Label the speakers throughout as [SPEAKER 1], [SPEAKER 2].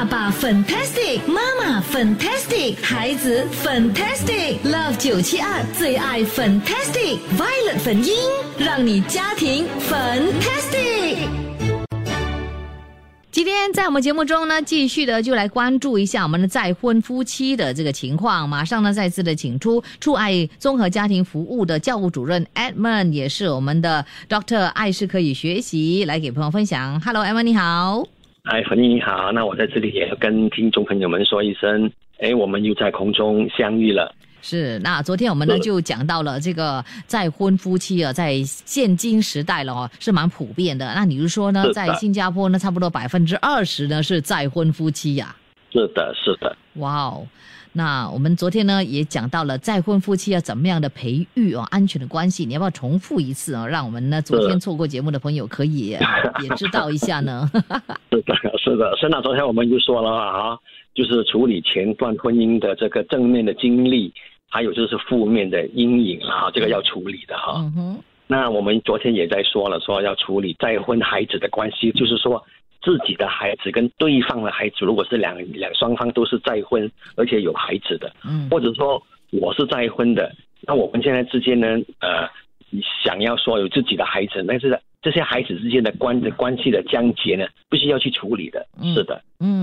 [SPEAKER 1] 爸 fantastic， 妈妈 fantastic， 孩子 fantastic。Love 972最爱 fantastic Violet 粉音，让你家庭 fantastic。今天在我们节目中呢，继续的就来关注一下我们的再婚夫妻的这个情况。马上呢，再次的请出触爱综合家庭服务的教务主任 Edmund， 也是我们的 Dr. 爱是可以学习，来给朋友分享。Hello Edmund， 你好。
[SPEAKER 2] 粉英你好，那我在这里也要跟听众朋友们说一声，我们又在空中相遇了。
[SPEAKER 1] 是，那昨天我们呢就讲到了这个再婚夫妻啊，在现今时代了是蛮普遍的。那你是说呢，在新加坡呢，差不多20%呢是再婚夫妻呀？
[SPEAKER 2] 是的，是的。
[SPEAKER 1] 哇哦！那我们昨天呢也讲到了再婚夫妻要怎么样的培育安全的关系，你要不要重复一次让我们呢昨天错过节目的朋友可以也知道一下呢？
[SPEAKER 2] 是的。那昨天我们就说了就是处理前段婚姻的这个正面的经历，还有就是负面的阴影这个要处理的那我们昨天也在说了，说要处理再婚孩子的关系，就是说自己的孩子跟对方的孩子，如果是双方都是再婚而且有孩子的，或者说我是再婚的，那我们现在之间呢想要说有自己的孩子，但是这些孩子之间的关系的疆界呢，必须要去处理的。是的。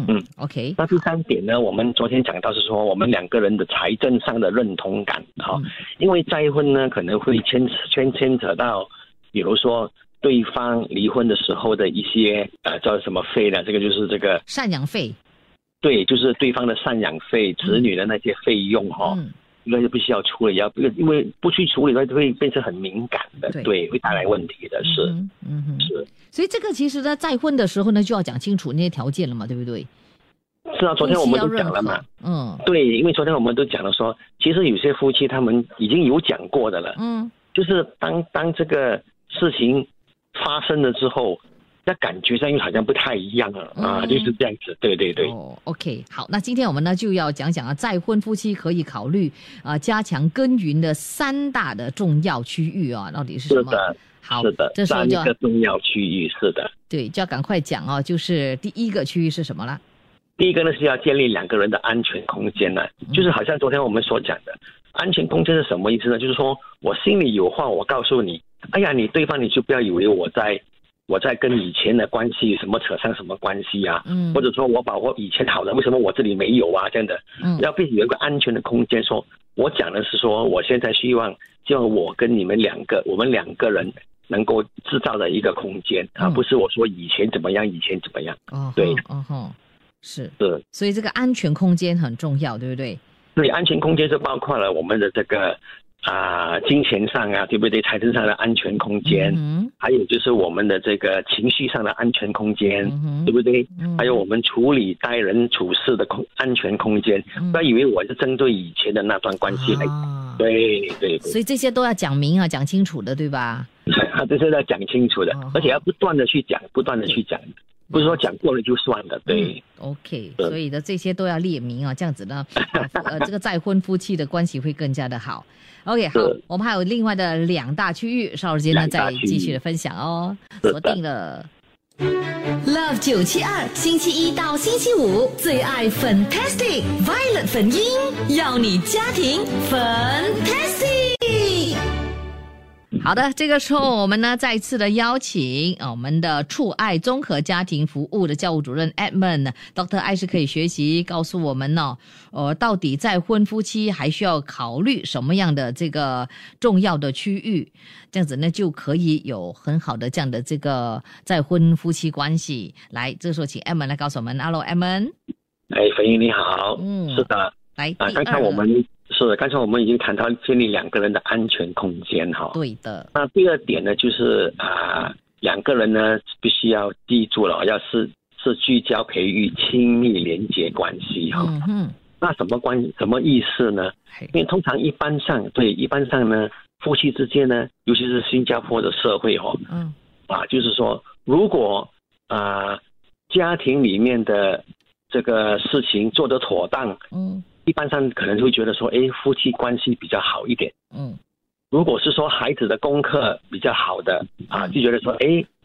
[SPEAKER 1] OK。
[SPEAKER 2] 那第三点呢，我们昨天讲到是说我们两个人的财政上的认同感因为再婚呢可能会牵扯到，比如说对方离婚的时候的一些叫什么费呢？这个就是这个
[SPEAKER 1] 赡养费。对，
[SPEAKER 2] 就是对方的赡养费、子女的那些费用那就必须要处理，因为不去处理，它会变成很敏感的，对，会带来问题的，是。
[SPEAKER 1] 所以这个其实呢，再婚的时候呢，就要讲清楚那些条件了嘛，对不对？
[SPEAKER 2] 是啊，昨天我们都讲了嘛。对，因为昨天我们都讲了说，其实有些夫妻他们已经有讲过的了。就是当这个事情发生了之后，那感觉上又好像不太一样了就是这样子，对。
[SPEAKER 1] OK， 好，那今天我们呢就要讲再婚夫妻可以考虑加强耕耘的3大的重要区域到底是什么？是的，好，
[SPEAKER 2] 是的，
[SPEAKER 1] 这时候就
[SPEAKER 2] 3个重要区域，是的，
[SPEAKER 1] 对，就要赶快讲就是第一个区域是什么啦？
[SPEAKER 2] 第一个呢是要建立2个人的安全空间呢，就是好像昨天我们所讲的安全空间是什么意思呢？就是说我心里有话我告诉你，你对方你就不要以为我在跟以前的关系什么扯上什么关系或者说我把我以前好的为什么我这里没有这样的，要必须有一个安全的空间，说我讲的是说我现在希望我跟你们我们2个人能够制造的一个空间不是我说以前怎么样对。
[SPEAKER 1] 是，所以这个安全空间很重要，对不对？
[SPEAKER 2] 对，安全空间是包括了我们的这个金钱上对不对？财政上的安全空间，还有就是我们的这个情绪上的安全空间，对不对？还有我们处理待人处事的安全空间，不要以为我是针对以前的那段关系来对。
[SPEAKER 1] 所以这些都要讲明讲清楚的，对吧？
[SPEAKER 2] 这是要讲清楚的，而且要不断的去讲，不是说讲过了就算了，对。
[SPEAKER 1] OK， 所以的这些都要列明这样子呢，这个再婚夫妻的关系会更加的好。OK， 好，我们还有另外的2大区域，稍后间呢再继续的分享锁定了 Love 972，星期一到星期五最爱 Fantastic Violet 粉音，要你家庭 Fantastic。好的，这个时候我们呢再次的邀请我们的触爱综合家庭服务的教务主任 Edmund Dr. 爱是可以学习，告诉我们到底再婚夫妻还需要考虑什么样的这个重要的区域，这样子呢就可以有很好的这样的这个再婚夫妻关系。来，这时候请 Edmund 来告诉我们。 Hello Edmund。
[SPEAKER 2] 粉英你好。是的，
[SPEAKER 1] 来，
[SPEAKER 2] 刚才我们已经谈到建立2个人的安全空间
[SPEAKER 1] 对的。那
[SPEAKER 2] 第2点呢，就是2个人呢必须要记住了，是聚焦培育亲密连结关系那什么意思呢？因为通常一般上呢，夫妻之间呢，尤其是新加坡的社会就是说如果家庭里面的这个事情做得妥当，一般上可能会觉得说夫妻关系比较好一点。如果是说孩子的功课比较好的就觉得说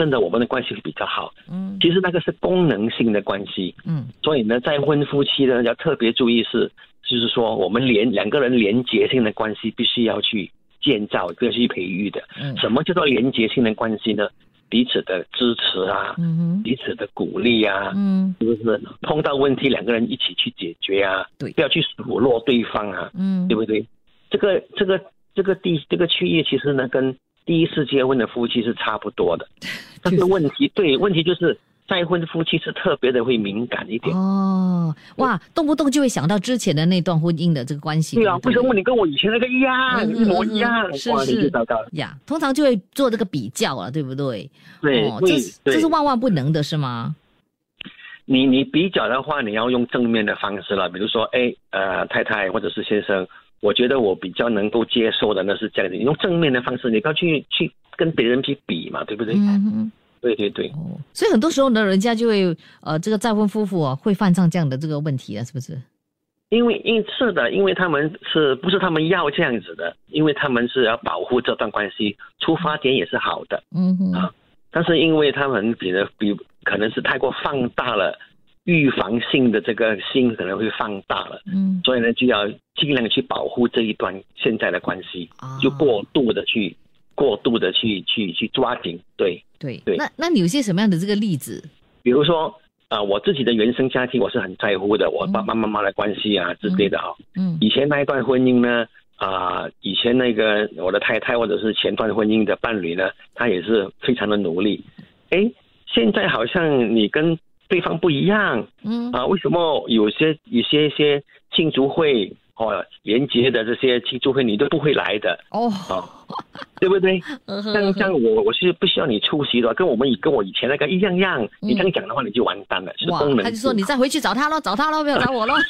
[SPEAKER 2] 真的我们的关系会比较好。其实那个是功能性的关系。所以呢，再婚夫妻呢要特别注意就是说我们两个人连结性的关系必须要去建造，必须去培育的。什么叫做连结性的关系呢？彼此的支持啊，彼此的鼓励啊，是不是？碰到问题两个人一起去解决啊，对，不要去数落对方啊，对不对？这个区域其实呢，跟第一次结婚的夫妻是差不多的，但是问题就是再婚夫妻是特别的会敏感一点。
[SPEAKER 1] 哇，动不动就会想到之前的那段婚姻的这个关系。
[SPEAKER 2] 对啊，为什么你跟我以前那个一样，一模一样？哇，你就糟糕了
[SPEAKER 1] 呀。通常就会做这个比较了，对不对？
[SPEAKER 2] 对，
[SPEAKER 1] 这是万万不能的，是吗？
[SPEAKER 2] 你比较的话，你要用正面的方式了，比如说，太太或者是先生，我觉得我比较能够接受的呢是这样子，你用正面的方式，你不要去跟别人去比嘛，对不对？对。
[SPEAKER 1] 所以很多时候呢，人家就会这个再婚夫妇会犯上这样的这个问题了，是不是？
[SPEAKER 2] 因为是的，因为他们不是他们要这样子的，因为他们是要保护这段关系，出发点也是好的。但是因为他们比可能是太过放大了，预防性的这个心可能会放大了。所以呢，就要尽量去保护这一段现在的关系，就过度的去抓紧。对。
[SPEAKER 1] 那你有些什么样的这个例子？
[SPEAKER 2] 比如说我自己的原生家庭我是很在乎的，我爸爸妈妈的关系啊之类的啊。以前那一段婚姻呢，以前那个我的太太或者是前段婚姻的伴侣呢，他也是非常的努力。现在好像你跟对方不一样。为什么有些庆祝会连结的这些庆祝会你都不会来的？对不对？像我是不需要你出席的，跟我以前那个一样，你这样讲的话你就完蛋了，是功能。
[SPEAKER 1] 他就说你再回去找他咯，不要找我咯。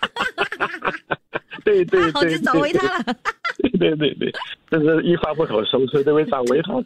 [SPEAKER 2] 对，
[SPEAKER 1] 好就找回他了。
[SPEAKER 2] 对，这是一发不可收拾，对不对？找回他，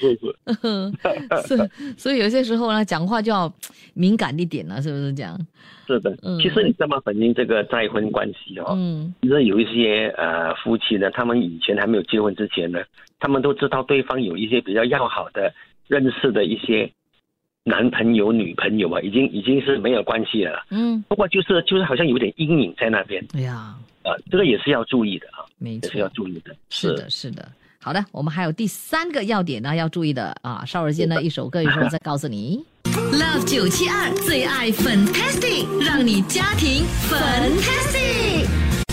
[SPEAKER 2] 是。
[SPEAKER 1] 所以有些时候呢，讲话就要敏感一点了，是不是这样？
[SPEAKER 2] 是的。其实你这么反映这个再婚关系其实有一些夫妻呢，他们以前还没有结婚之前呢，他们都知道对方有一些比较要好的认识的一些男朋友女朋友已经是没有关系了。不过就是好像有点阴影在那边。这个也是要注意的
[SPEAKER 1] 没错，
[SPEAKER 2] 也是要注意的。
[SPEAKER 1] 是的。好的，我们还有第3个要点呢要注意的稍后间呢一首歌再告诉你。Love 972最爱 Fantastic， 让你家庭 Fantastic。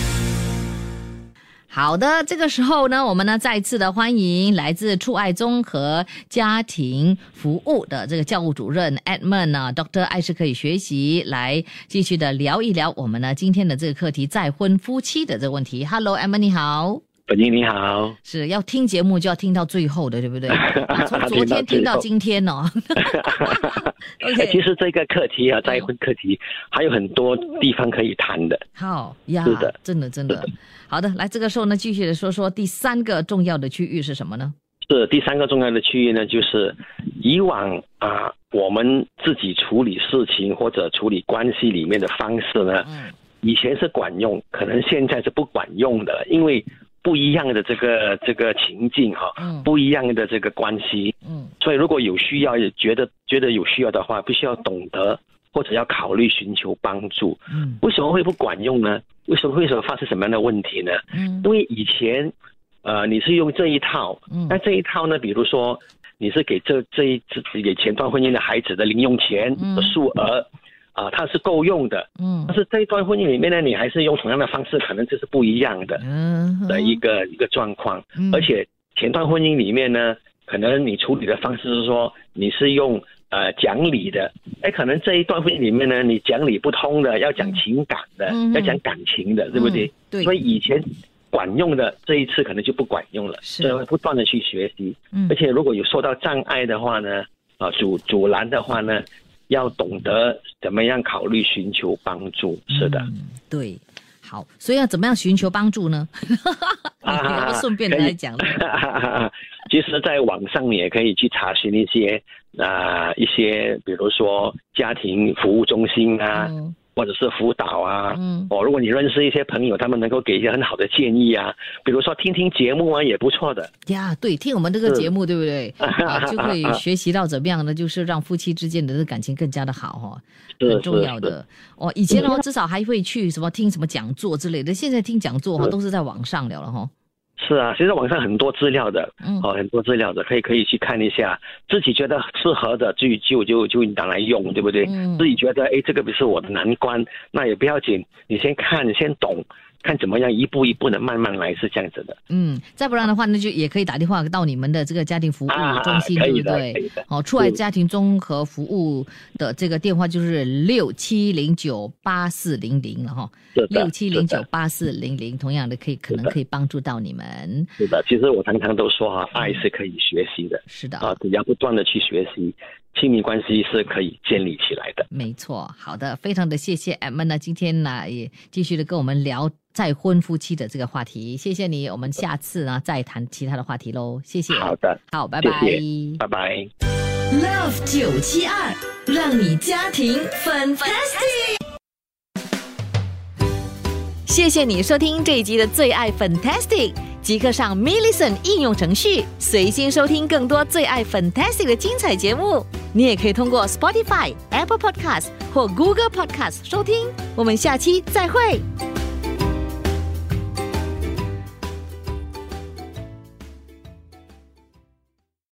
[SPEAKER 1] 好的，这个时候呢，我们呢再一次的欢迎来自触爱综合家庭服务的这个教务主任 Edmund Dr. 爱是可以学习来继续的聊一聊我们呢今天的这个课题再婚夫妻的这个问题。Hello Edmund， 你好。
[SPEAKER 2] 本英你好。
[SPEAKER 1] 是要听节目就要听到最后的，对不对？从昨天听到今天
[SPEAKER 2] 其实这个课题再婚课题还有很多地方可以谈的。
[SPEAKER 1] 好呀，
[SPEAKER 2] 是的，
[SPEAKER 1] 真的。好的，来这个时候呢，继续的说第3个重要的区域是什么呢？
[SPEAKER 2] 是第3个重要的区域呢，就是以往我们自己处理事情或者处理关系里面的方式呢，以前是管用，可能现在是不管用的，因为不一样的这个情境不一样的这个关系，所以如果有需要，觉得有需要的话，必须要懂得或者要考虑寻求帮助。为什么会不管用呢？为什么发生什么样的问题呢？因为以前你是用这一套，那这一套呢，比如说你是给给前段婚姻的孩子的零用钱的数额它是够用的，但是这一段婚姻里面呢，你还是用同样的方式，可能这是不一样的的一个状况。而且前段婚姻里面呢，可能你处理的方式是说你是用讲理的，可能这一段婚姻里面呢，你讲理不通的，要讲情感的，要讲感情的，对不对？对。所以以前管用的，这一次可能就不管用了，所以会不断的去学习。而且如果有受到障碍的话呢，阻拦的话呢，要懂得怎么样考虑寻求帮助。是的，
[SPEAKER 1] 对。好，所以要怎么样寻求帮助呢？你要顺便来讲了。
[SPEAKER 2] 其实在网上也可以去查询一些比如说家庭服务中心或者是辅导啊，如果你认识一些朋友，他们能够给一些很好的建议啊，比如说听听节目啊，也不错的
[SPEAKER 1] 呀。对，听我们这个节目，对不对？就可以学习到怎么样呢？就是让夫妻之间的感情更加的好很重要的以前至少还会去什么听什么讲座之类的，现在听讲座都是在网上了了
[SPEAKER 2] 是啊，其实网上很多资料的，很多资料的，可以去看一下，自己觉得适合的就拿来用，对不对？自己觉得这个不是我的难关，那也不要紧，你先看，你先懂。看怎么样一步一步的慢慢来，是这样子的。
[SPEAKER 1] 再不然的话那就也可以打电话到你们的这个家庭服务中心，对不对？出爱家庭综合服务的这个电话就是67098400了67098400，同样的可能可以帮助到你们。
[SPEAKER 2] 是的，其实我常常都说爱是可以学习的。
[SPEAKER 1] 是的
[SPEAKER 2] 只要不断的去学习，亲密关系是可以建立起来的。
[SPEAKER 1] 没错，好的，非常的谢谢 Edmund 呢，今天呢也继续的跟我们聊再婚夫妻的这个话题，谢谢你，我们下次呢再谈其他的话题咯，谢谢。
[SPEAKER 2] 好的，
[SPEAKER 1] 好，拜拜，
[SPEAKER 2] 谢谢，拜拜。
[SPEAKER 3] Love 972，让你家庭 Fantastic。
[SPEAKER 1] 谢谢你收听这一集的最爱 Fantastic， 即刻上 MeListen 应用程序，随心收听更多最爱 Fantastic 的精彩节目。你也可以通过 Spotify、Apple Podcast 或 Google Podcast 收听。我们下期再会。